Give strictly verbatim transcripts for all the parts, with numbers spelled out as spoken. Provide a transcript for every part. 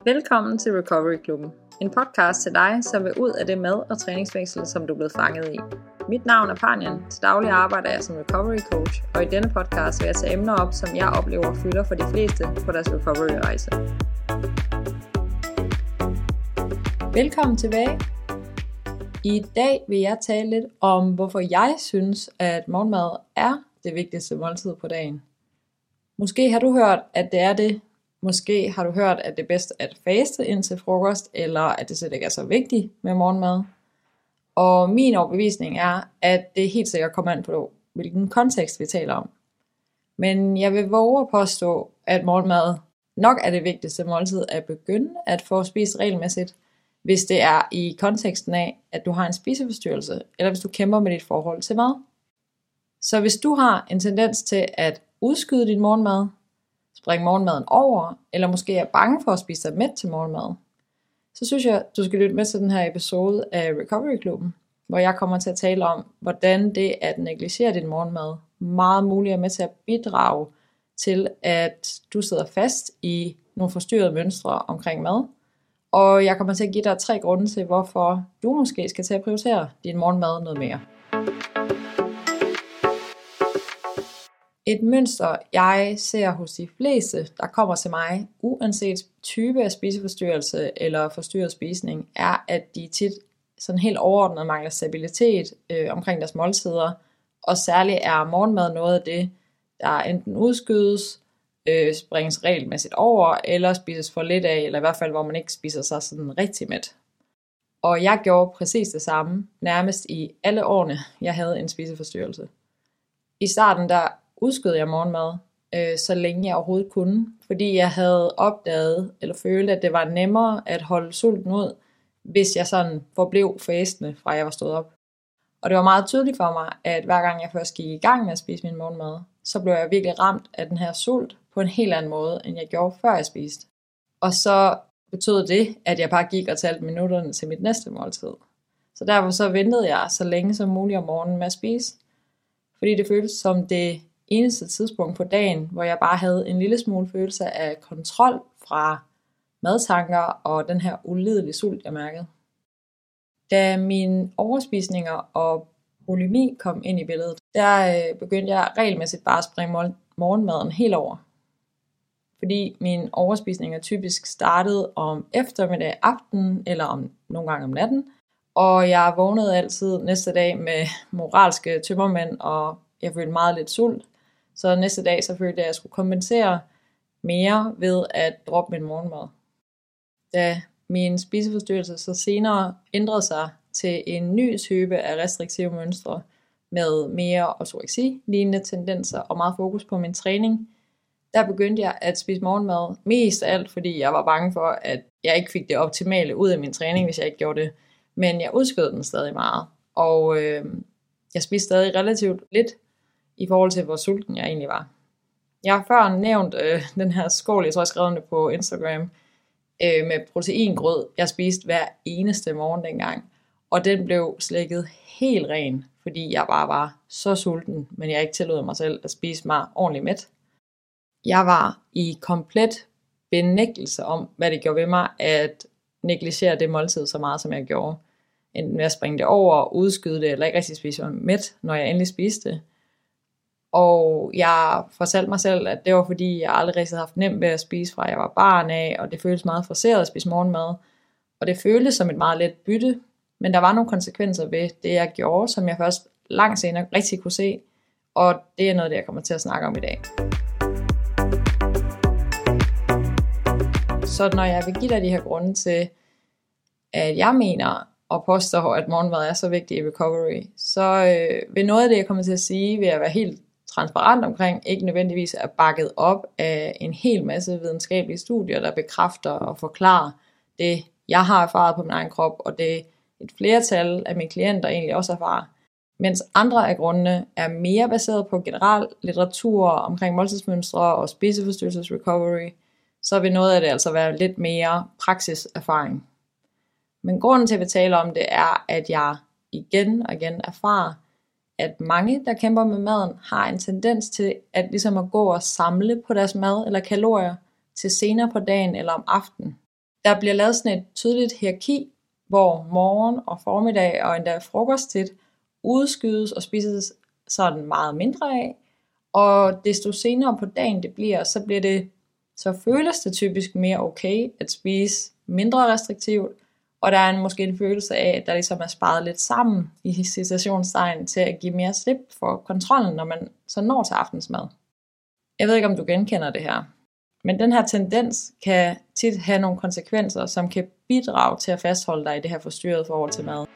Velkommen til Recovery Klubben, en podcast til dig, som vil ud af det mad- og træningsfængsel, som du er blevet fanget i. Mit navn er Panjan, til daglig arbejder jeg som recovery coach, og i denne podcast vil jeg tage emner op, som jeg oplever fylder for de fleste på deres recovery-rejse. Velkommen tilbage. I dag vil jeg tale lidt om, hvorfor jeg synes, at morgenmad er det vigtigste måltid på dagen. Måske har du hørt, at det er det. Måske har du hørt, at det er bedst at faste indtil frokost, eller at det slet ikke er så vigtigt med morgenmad. Og min overbevisning er, at det helt sikkert kommer an på, hvilken kontekst vi taler om. Men jeg vil våge at påstå, at morgenmad nok er det vigtigste måltid at begynde at få spist regelmæssigt, hvis det er i konteksten af, at du har en spiseforstyrrelse, eller hvis du kæmper med dit forhold til mad. Så hvis du har en tendens til at udskyde din morgenmad, springe morgenmaden over, eller måske er bange for at spise dig mæt til morgenmad, så synes jeg, du skal lytte med til den her episode af Recovery Klubben, hvor jeg kommer til at tale om, hvordan det at negligere din morgenmad meget muligt er med til at bidrage til, at du sidder fast i nogle forstyrrede mønstre omkring mad. Og jeg kommer til at give dig tre grunde til, hvorfor du måske skal til at prioritere din morgenmad noget mere. Et mønster, jeg ser hos de fleste, der kommer til mig, uanset type af spiseforstyrrelse eller forstyrret spisning, er, at de tit sådan helt overordnet mangler stabilitet øh, omkring deres måltider, og særligt er morgenmad noget af det, der enten udskydes, øh, springes regelmæssigt over, eller spises for lidt af, eller i hvert fald, hvor man ikke spiser sig sådan rigtig mæt. Og jeg gjorde præcis det samme, nærmest i alle årene, jeg havde en spiseforstyrrelse. I starten der udskød jeg morgenmad, øh, så længe jeg overhovedet kunne, fordi jeg havde opdaget, eller følte, at det var nemmere at holde sulten ud, hvis jeg sådan forblev fastende, fra jeg var stået op. Og det var meget tydeligt for mig, at hver gang jeg først gik i gang med at spise min morgenmad, så blev jeg virkelig ramt af den her sult på en helt anden måde, end jeg gjorde før jeg spiste. Og så betød det, at jeg bare gik og talte minutterne til mit næste måltid. Så derfor så ventede jeg så længe som muligt om morgenen med at spise, fordi det føltes som det eneste tidspunkt på dagen, hvor jeg bare havde en lille smule følelse af kontrol fra madtanker og den her ulidelige sult, jeg mærkede. Da mine overspisninger og bulimi kom ind i billedet, der begyndte jeg regelmæssigt bare at springe morgenmaden helt over. Fordi mine overspisninger typisk startede om eftermiddag, aften eller om nogle gange om natten. Og jeg vågnede altid næste dag med moralske tømmermænd, og jeg følte meget lidt sult. Så næste dag så følte jeg, at jeg skulle kompensere mere ved at droppe min morgenmad. Da min spiseforstyrrelse så senere ændrede sig til en ny type af restriktive mønstre med mere ortoreksi-lignende tendenser og meget fokus på min træning, der begyndte jeg at spise morgenmad mest af alt, fordi jeg var bange for, at jeg ikke fik det optimale ud af min træning, hvis jeg ikke gjorde det. Men jeg udskød den stadig meget, og øh, jeg spiste stadig relativt lidt i forhold til, hvor sulten jeg egentlig var. Jeg har før nævnt øh, den her skål, jeg tror jeg skrev det på Instagram, øh, med proteingrød, jeg spiste hver eneste morgen dengang. Og den blev slækket helt ren, fordi jeg bare var så sulten, men jeg ikke tillod mig selv at spise mig ordentligt mæt. Jeg var i komplet benægtelse om, hvad det gjorde ved mig, at negligere det måltid så meget, som jeg gjorde. Enten ved at springe det over, udskyde det, eller ikke rigtig spise mig mæt, når jeg endelig spiste det. Og jeg fortalte mig selv, at det var fordi, jeg aldrig rigtig havde haft nemt ved at spise, fra jeg var barn af, og det føltes meget forceret at spise morgenmad. Og det føltes som et meget let bytte, men der var nogle konsekvenser ved det, jeg gjorde, som jeg først langt senere rigtig kunne se, og det er noget, det jeg kommer til at snakke om i dag. Så når jeg vil give dig de her grunde til, at jeg mener og påstår, at morgenmad er så vigtig i recovery, så øh, vil noget af det, jeg kommer til at sige, vil jeg være helt transparent omkring, ikke nødvendigvis er bakket op af en hel masse videnskabelige studier, der bekræfter og forklarer det, jeg har erfaret på min egen krop, og det et flertal af mine klienter egentlig også erfarer. Mens andre af grundene er mere baseret på generel litteratur omkring måltidsmønstre og spiseforstyrrelses recovery, så vil noget af det altså være lidt mere praksiserfaring. Men grunden til, at vi taler om det, er, at jeg igen og igen erfarer, at mange, der kæmper med maden, har en tendens til at ligesom at gå og samle på deres mad eller kalorier til senere på dagen eller om aftenen. Der bliver lavet sådan et tydeligt hierarki, hvor morgen og formiddag og endda frokosttid udskydes og spises sådan meget mindre af, og desto senere på dagen det bliver, så bliver det, så føles det typisk mere okay at spise mindre restriktivt, og der er en, måske en følelse af, at der ligesom er sparet lidt sammen i citationstegn til at give mere slip for kontrollen, når man så når til aftensmad. Jeg ved ikke, om du genkender det her, men den her tendens kan tit have nogle konsekvenser, som kan bidrage til at fastholde dig i det her forstyrrede forhold til mad.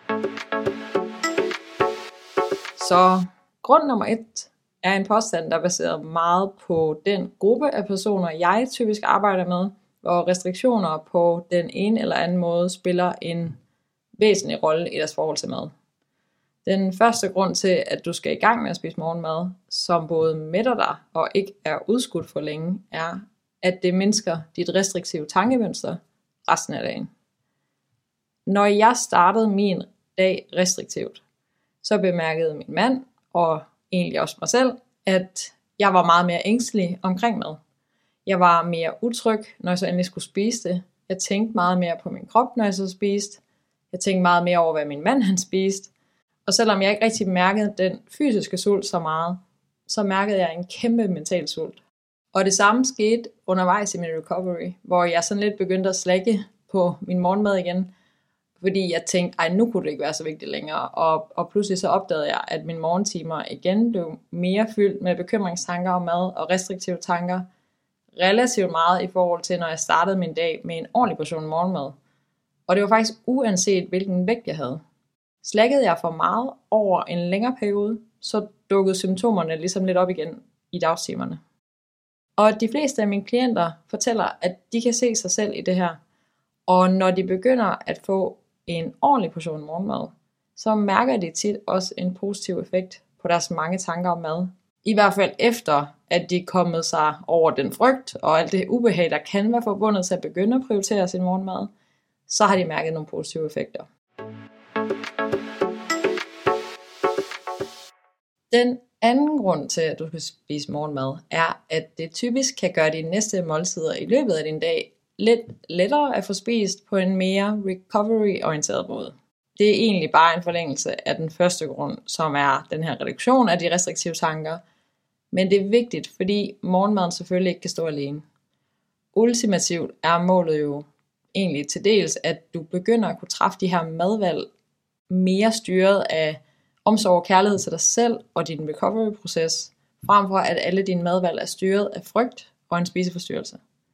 Så grund nummer et er en påstand, der er baseret meget på den gruppe af personer, jeg typisk arbejder med, hvor restriktioner på den ene eller anden måde spiller en væsentlig rolle i deres forhold til mad. Den første grund til, at du skal i gang med at spise morgenmad, som både mætter dig og ikke er udskudt for længe, er, at det mindsker dit restriktive tankemønster resten af dagen. Når jeg startede min dag restriktivt, så bemærkede min mand, og egentlig også mig selv, at jeg var meget mere ængstelig omkring mad. Jeg var mere utryg, når jeg så endelig skulle spise det. Jeg tænkte meget mere på min krop, når jeg så spiste. Jeg tænkte meget mere over, hvad min mand han spiste. Og selvom jeg ikke rigtig mærkede den fysiske sult så meget, så mærkede jeg en kæmpe mental sult. Og det samme skete undervejs i min recovery, hvor jeg sådan lidt begyndte at slække på min morgenmad igen, fordi jeg tænkte, ej, nu kunne det ikke være så vigtigt længere. Og, og pludselig så opdagede jeg, at mine morgentimer igen blev mere fyldt med bekymringstanker om mad og restriktive tanker, relativt meget i forhold til, når jeg startede min dag med en ordentlig portion morgenmad. Og det var faktisk uanset, hvilken vægt jeg havde. Slækkede jeg for meget over en længere periode, så dukkede symptomerne ligesom lidt op igen i dagstimerne. Og de fleste af mine klienter fortæller, at de kan se sig selv i det her. Og når de begynder at få en ordentlig portion morgenmad, så mærker de tit også en positiv effekt på deres mange tanker om mad. I hvert fald efter, at de er kommet sig over den frygt og alt det ubehag, der kan være forbundet til at begynde at prioritere sin morgenmad, så har de mærket nogle positive effekter. Den anden grund til, at du skal spise morgenmad, er, at det typisk kan gøre dine næste måltider i løbet af din dag lidt lettere at få spist på en mere recovery-orienteret måde. Det er egentlig bare en forlængelse af den første grund, som er den her reduktion af de restriktive tanker. Men det er vigtigt, fordi morgenmaden selvfølgelig ikke kan stå alene. Ultimativt er målet jo egentlig til dels, at du begynder at kunne træffe de her madvalg mere styret af omsorg og kærlighed til dig selv og din recovery-proces, frem for at alle dine madvalg er styret af frygt og en spiseforstyrrelse.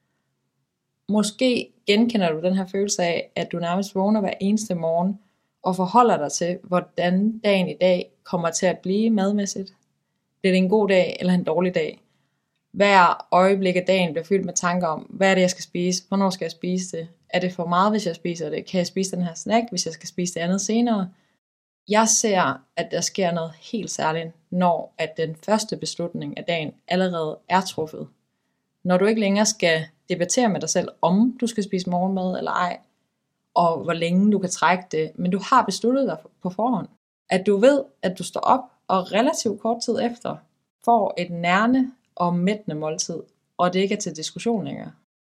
Måske genkender du den her følelse af, at du nærmest vågner hver eneste morgen og forholder dig til, hvordan dagen i dag kommer til at blive madmæssigt. Bliver det en god dag eller en dårlig dag? Hver øjeblik af dagen bliver fyldt med tanker om, hvad er det, jeg skal spise? Hvornår skal jeg spise det? Er det for meget, hvis jeg spiser det? Kan jeg spise den her snack, hvis jeg skal spise det andet senere? Jeg ser, at der sker noget helt særligt, når at den første beslutning af dagen allerede er truffet. Når du ikke længere skal debattere med dig selv, om du skal spise morgenmad eller ej, og hvor længe du kan trække det, men du har besluttet dig på forhånd. At du ved, at du står op og relativt kort tid efter får et nærende og mættende måltid, og det ikke er til diskussion længere.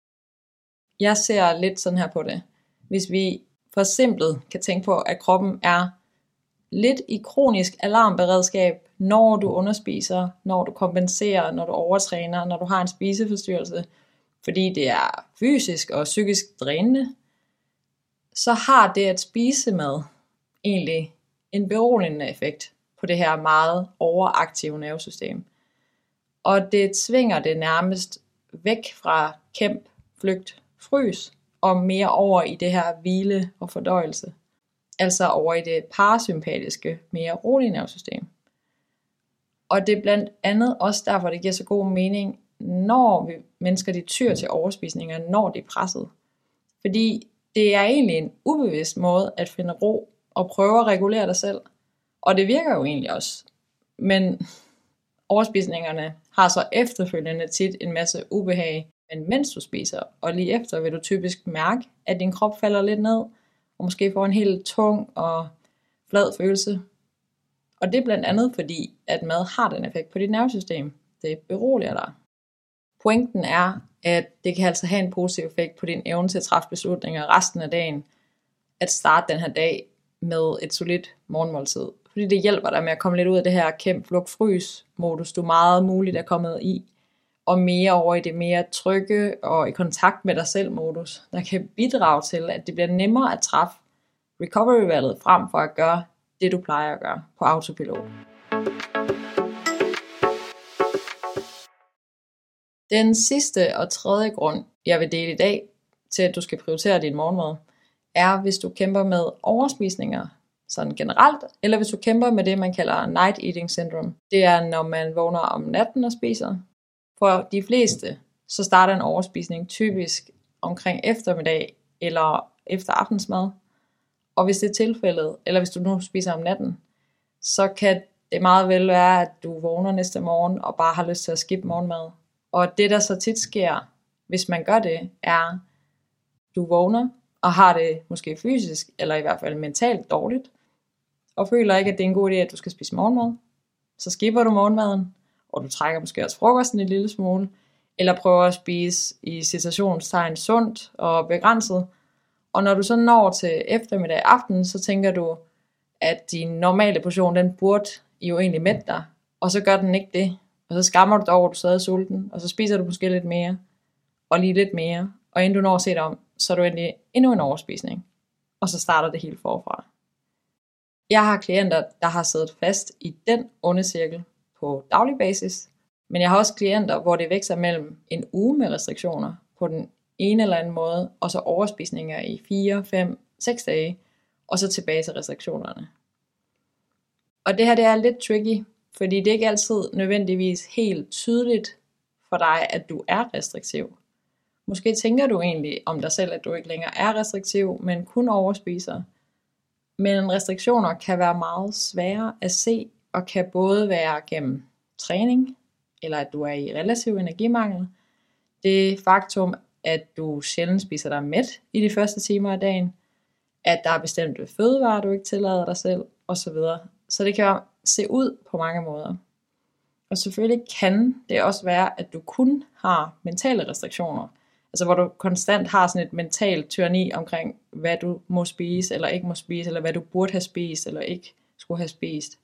Jeg ser lidt sådan her på det. Hvis vi for simpelt kan tænke på, at kroppen er lidt i kronisk alarmberedskab, når du underspiser, når du kompenserer, når du overtræner, når du har en spiseforstyrrelse, fordi det er fysisk og psykisk drænende, så har det at spise mad egentlig en beroligende effekt på det her meget overaktive nervesystem. Og det tvinger det nærmest væk fra kæmp, flygt, frys, og mere over i det her hvile og fordøjelse. Altså over i det parasympatiske, mere rolige nervesystem. Og det er blandt andet også derfor, det giver så god mening, når vi mennesker de tyr til overspisninger, når de er presset. Fordi det er egentlig en ubevidst måde at finde ro og prøve at regulere dig selv. Og det virker jo egentlig også. Men overspisningerne har så efterfølgende tit en masse ubehag, men mens du spiser, og lige efter vil du typisk mærke, at din krop falder lidt ned, og måske får en helt tung og flad følelse. Og det er blandt andet fordi, at mad har den effekt på dit nervesystem. Det beroliger dig. Pointen er, at det kan altså have en positiv effekt på din evne til at træffe beslutninger resten af dagen, at starte den her dag med et solidt morgenmåltid. Fordi det hjælper dig med at komme lidt ud af det her kæmp, flugt, frys modus, du meget muligt er kommet i, og mere over i det mere trygge og i kontakt med dig selv modus, der kan bidrage til, at det bliver nemmere at træffe recovery-valget frem for at gøre det, du plejer at gøre på autopilot. Den sidste og tredje grund, jeg vil dele i dag, til at du skal prioritere din morgenmad, er, hvis du kæmper med overspisninger sådan generelt, eller hvis du kæmper med det, man kalder night eating syndrome. Det er, når man vågner om natten og spiser. For de fleste, så starter en overspisning typisk omkring eftermiddag eller efter aftensmad. Og hvis det er tilfældet, eller hvis du nu spiser om natten, så kan det meget vel være, at du vågner næste morgen og bare har lyst til at skippe morgenmad. Og det, der så tit sker, hvis man gør det, er, at du vågner og har det måske fysisk, eller i hvert fald mentalt dårligt, og føler ikke, at det er en god idé, at du skal spise morgenmad. Så skipper du morgenmaden, og du trækker måske også frokosten en lille smule, eller prøver at spise i citationstegn sundt og begrænset. Og når du så når til eftermiddag aften, så tænker du, at din normale portion, den burde jo egentlig mætte dig, og så gør den ikke det. Og så skammer du dig over, at du stadig er sulten, og så spiser du måske lidt mere, og lige lidt mere, og inden du når at se dig om, så er du endelig endnu en overspisning, og så starter det helt forfra. Jeg har klienter, der har siddet fast i den onde cirkel på daglig basis, men jeg har også klienter, hvor det vækser mellem en uge med restriktioner på den ene eller anden måde, og så overspisninger i fire, fem, seks dage, og så tilbage til restriktionerne. Og det her det er lidt tricky, fordi det er ikke altid nødvendigvis helt tydeligt for dig, at du er restriktiv. Måske tænker du egentlig om dig selv, at du ikke længere er restriktiv, men kun overspiser. Men restriktioner kan være meget svære at se, og kan både være gennem træning, eller at du er i relativ energimangel. Det faktum, at du sjældent spiser dig mæt i de første timer af dagen, at der er bestemte fødevarer, du ikke tillader dig selv, osv. Så det kan se ud på mange måder. Og selvfølgelig kan det også være, at du kun har mentale restriktioner. Altså hvor du konstant har sådan et mentalt tyranni omkring, hvad du må spise, eller ikke må spise, eller hvad du burde have spist, eller ikke skulle have spist.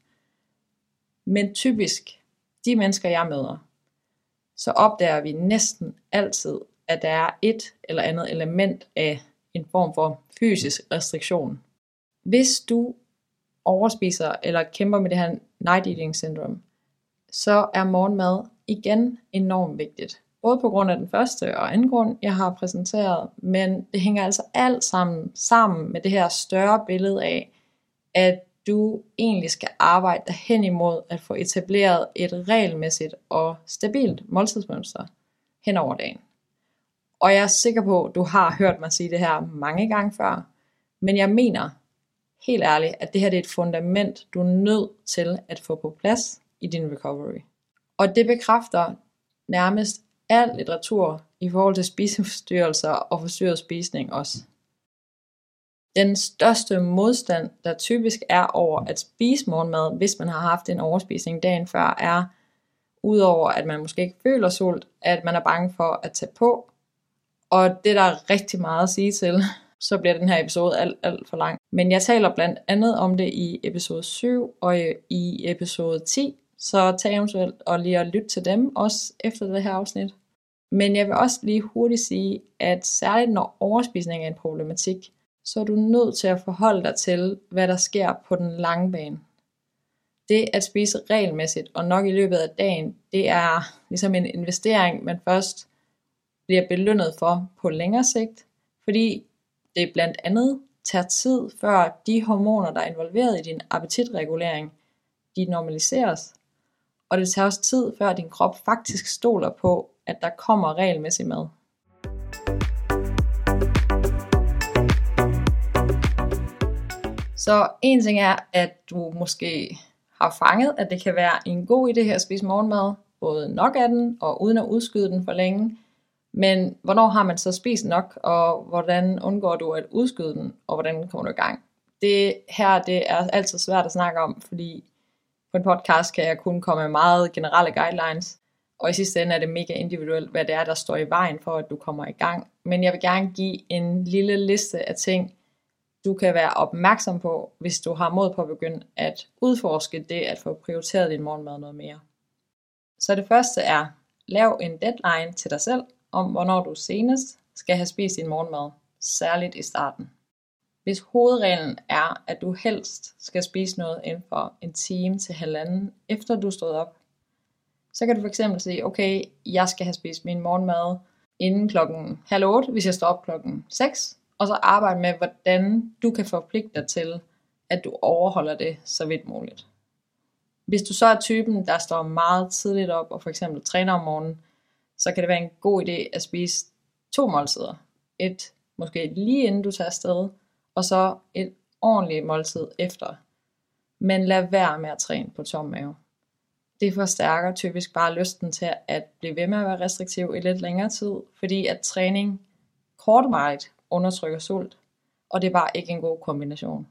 Men typisk, de mennesker jeg møder, så opdager vi næsten altid, at der er et eller andet element af en form for fysisk restriktion. Hvis du overspiser eller kæmper med det her night eating syndrome, så er morgenmad igen enormt vigtigt. Både på grund af den første og anden grund, jeg har præsenteret, men det hænger altså alt sammen sammen med det her større billede af, at du egentlig skal arbejde dig hen imod at få etableret et regelmæssigt og stabilt måltidsmønster hen over dagen. Og jeg er sikker på, at du har hørt mig sige det her mange gange før, men jeg mener helt ærligt, at det her det er et fundament, du er nødt til at få på plads i din recovery. Og det bekræfter nærmest al litteratur i forhold til spiseforstyrrelser og forstyrret spisning også. Den største modstand, der typisk er over at spise morgenmad, hvis man har haft en overspisning dagen før, er, udover at man måske ikke føler sult, at man er bange for at tage på. Og det der er rigtig meget at sige til, så bliver den her episode alt, alt for lang. Men jeg taler blandt andet om det i episode syv og i episode ti, så tag eventuelt og lige at lytte til dem, også efter det her afsnit. Men jeg vil også lige hurtigt sige, at særligt når overspisning er en problematik, så er du nødt til at forholde dig til, hvad der sker på den lange bane. Det at spise regelmæssigt og nok i løbet af dagen, det er ligesom en investering, man først bliver belønnet for på længere sigt, fordi det blandt andet tager tid, før de hormoner, der er involveret i din appetitregulering, de normaliseres. Og det tager også tid, før din krop faktisk stoler på, at der kommer regelmæssig mad. Så en ting er, at du måske har fanget, at det kan være en god idé her at spise morgenmad, både nok af den og uden at udskyde den for længe. Men hvornår har man så spist nok, og hvordan undgår du at udskyde den, og hvordan kommer du i gang? Det her det er altid svært at snakke om, fordi på en podcast kan jeg kun komme med meget generelle guidelines. Og i sidste ende er det mega individuelt, hvad det er, der står i vejen for, at du kommer i gang. Men jeg vil gerne give en lille liste af ting, du kan være opmærksom på, hvis du har mod på at begynde at udforske det, at få prioriteret din morgenmad noget mere. Så det første er, lav en deadline til dig selv, om hvornår du senest skal have spist din morgenmad, særligt i starten. Hvis hovedreglen er, at du helst skal spise noget inden for en time til halvanden, efter du stod op, så kan du fx sige, okay, jeg skal have spist min morgenmad inden klokken halv otte, hvis jeg står op klokken seks, og så arbejde med, hvordan du kan forpligte dig til, at du overholder det så vidt muligt. Hvis du så er typen, der står meget tidligt op, og for eksempel træner om morgenen, så kan det være en god idé at spise to måltider. Et måske lige inden du tager afsted, og så et ordentligt måltid efter. Men lad være med at træne på tom mave. Det forstærker typisk bare lysten til at blive ved med at være restriktiv i lidt længere tid, fordi at træning kortvarigt undertrykker sult, og det er bare ikke en god kombination.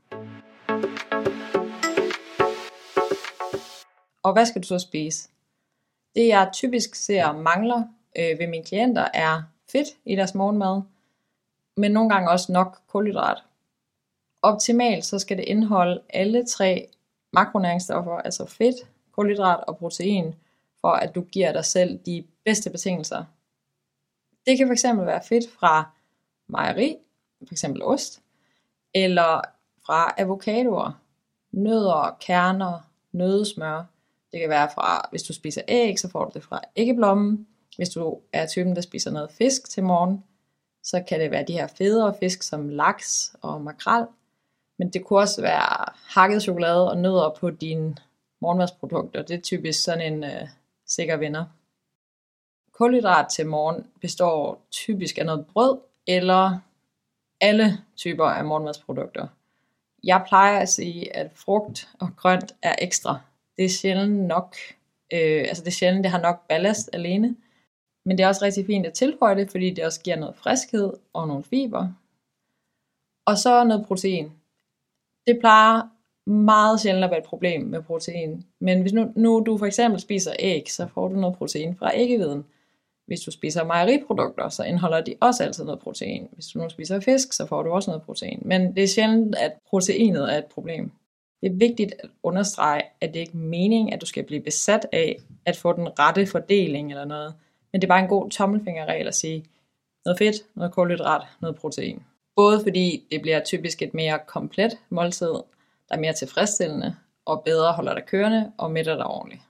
Og hvad skal du så spise? Det jeg typisk ser mangler øh, ved mine klienter er fedt i deres morgenmad, men nogle gange også nok kulhydrat. Optimalt så skal det indeholde alle tre makronæringsstoffer, altså fedt, kulhydrat og protein, for at du giver dig selv de bedste betingelser. Det kan fx være fedt fra mejeri, fx ost, eller fra avocadoer, nødder, kerner, nøddesmør. Det kan være fra, hvis du spiser æg, så får du det fra æggeblommen. Hvis du er typen, der spiser noget fisk til morgen, så kan det være de her federe fisk som laks og makrel. Men det kunne også være hakket chokolade og nødder på dine morgenmadsprodukter. Det er typisk sådan en øh, sikker vinder. Kulhydrat til morgen består typisk af noget brød eller alle typer af morgenmadsprodukter. Jeg plejer at sige, at frugt og grønt er ekstra. Det er sjældent nok, øh, altså det er sjældent, det har nok ballast alene. Men det er også rigtig fint at tilføje det, fordi det også giver noget friskhed og nogle fiber. Og så noget protein. Det plejer meget sjældent at være et problem med protein. Men hvis nu, nu du for eksempel spiser æg, så får du noget protein fra æggehviden. Hvis du spiser mejeriprodukter, så indeholder de også altid noget protein. Hvis du nu spiser fisk, så får du også noget protein. Men det er sjældent, at proteinet er et problem. Det er vigtigt at understrege, at det ikke er meningen, at du skal blive besat af at få den rette fordeling eller noget. Men det er bare en god tommelfingerregel at sige noget fedt, noget kulhydrat, noget protein. Både fordi det bliver typisk et mere komplet måltid, der er mere tilfredsstillende og bedre holder dig kørende og mætter dig ordentligt.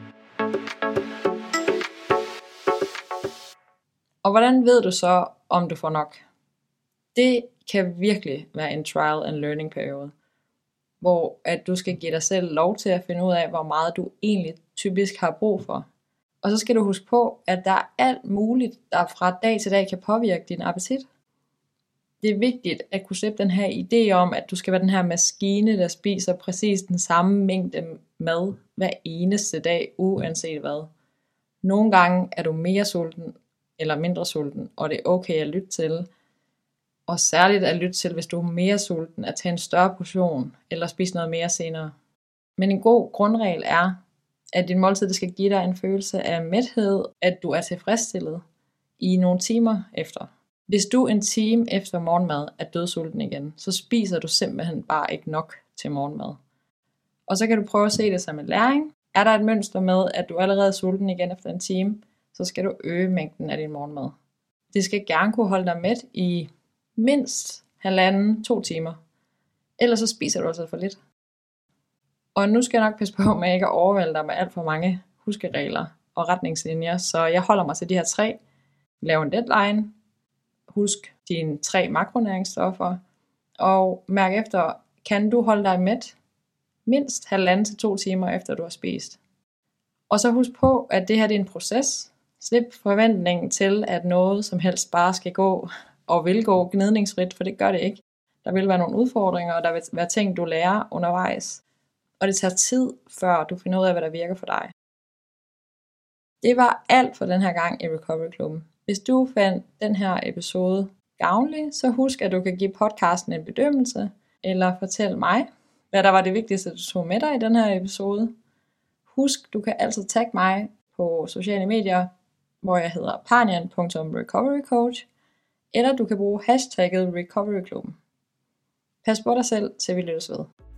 Og hvordan ved du så, om du får nok? Det kan virkelig være en trial and learning periode, hvor at du skal give dig selv lov til at finde ud af, hvor meget du egentlig typisk har brug for. Og så skal du huske på, at der er alt muligt, der fra dag til dag kan påvirke din appetit. Det er vigtigt at kunne slippe den her idé om, at du skal være den her maskine, der spiser præcis den samme mængde mad hver eneste dag, uanset hvad. Nogle gange er du mere sulten eller mindre sulten, og det er okay at lytte til. Og særligt at lytte til, hvis du er mere sulten, at tage en større portion, eller spise noget mere senere. Men en god grundregel er, at din måltid det skal give dig en følelse af mæthed, at du er tilfredsstillet i nogle timer efter. Hvis du en time efter morgenmad er dødsulten igen, så spiser du simpelthen bare ikke nok til morgenmad. Og så kan du prøve at se det som en læring. Er der et mønster med, at du allerede er sulten igen efter en time, så skal du øge mængden af din morgenmad. Det skal gerne kunne holde dig mæt i mindst halvanden, to timer. Ellers så spiser du altså for lidt. Og nu skal jeg nok passe på med ikke at overvælde dig med alt for mange huskeregler og retningslinjer, så jeg holder mig til de her tre. Lav en deadline. Husk dine tre makronæringsstoffer. Og mærk efter, kan du holde dig mæt mindst halvanden til to timer efter du har spist. Og så husk på, at det her det er en proces. Slip forventningen til, at noget som helst bare skal gå og vil gå gnidningsfrit, for det gør det ikke. Der vil være nogle udfordringer, og der vil være ting, du lærer undervejs. Og det tager tid, før du finder ud af, hvad der virker for dig. Det var alt for den her gang i Recovery Klubben. Hvis du fandt den her episode gavnlig, så husk, at du kan give podcasten en bedømmelse, eller fortæl mig, hvad der var det vigtigste, du tog med dig i den her episode. Husk, du kan altid tagge mig på sociale medier, hvor jeg hedder parnian punktum recovery coach, eller du kan bruge hashtagget recoveryklubben. Pas på dig selv, til vi lyttes ved.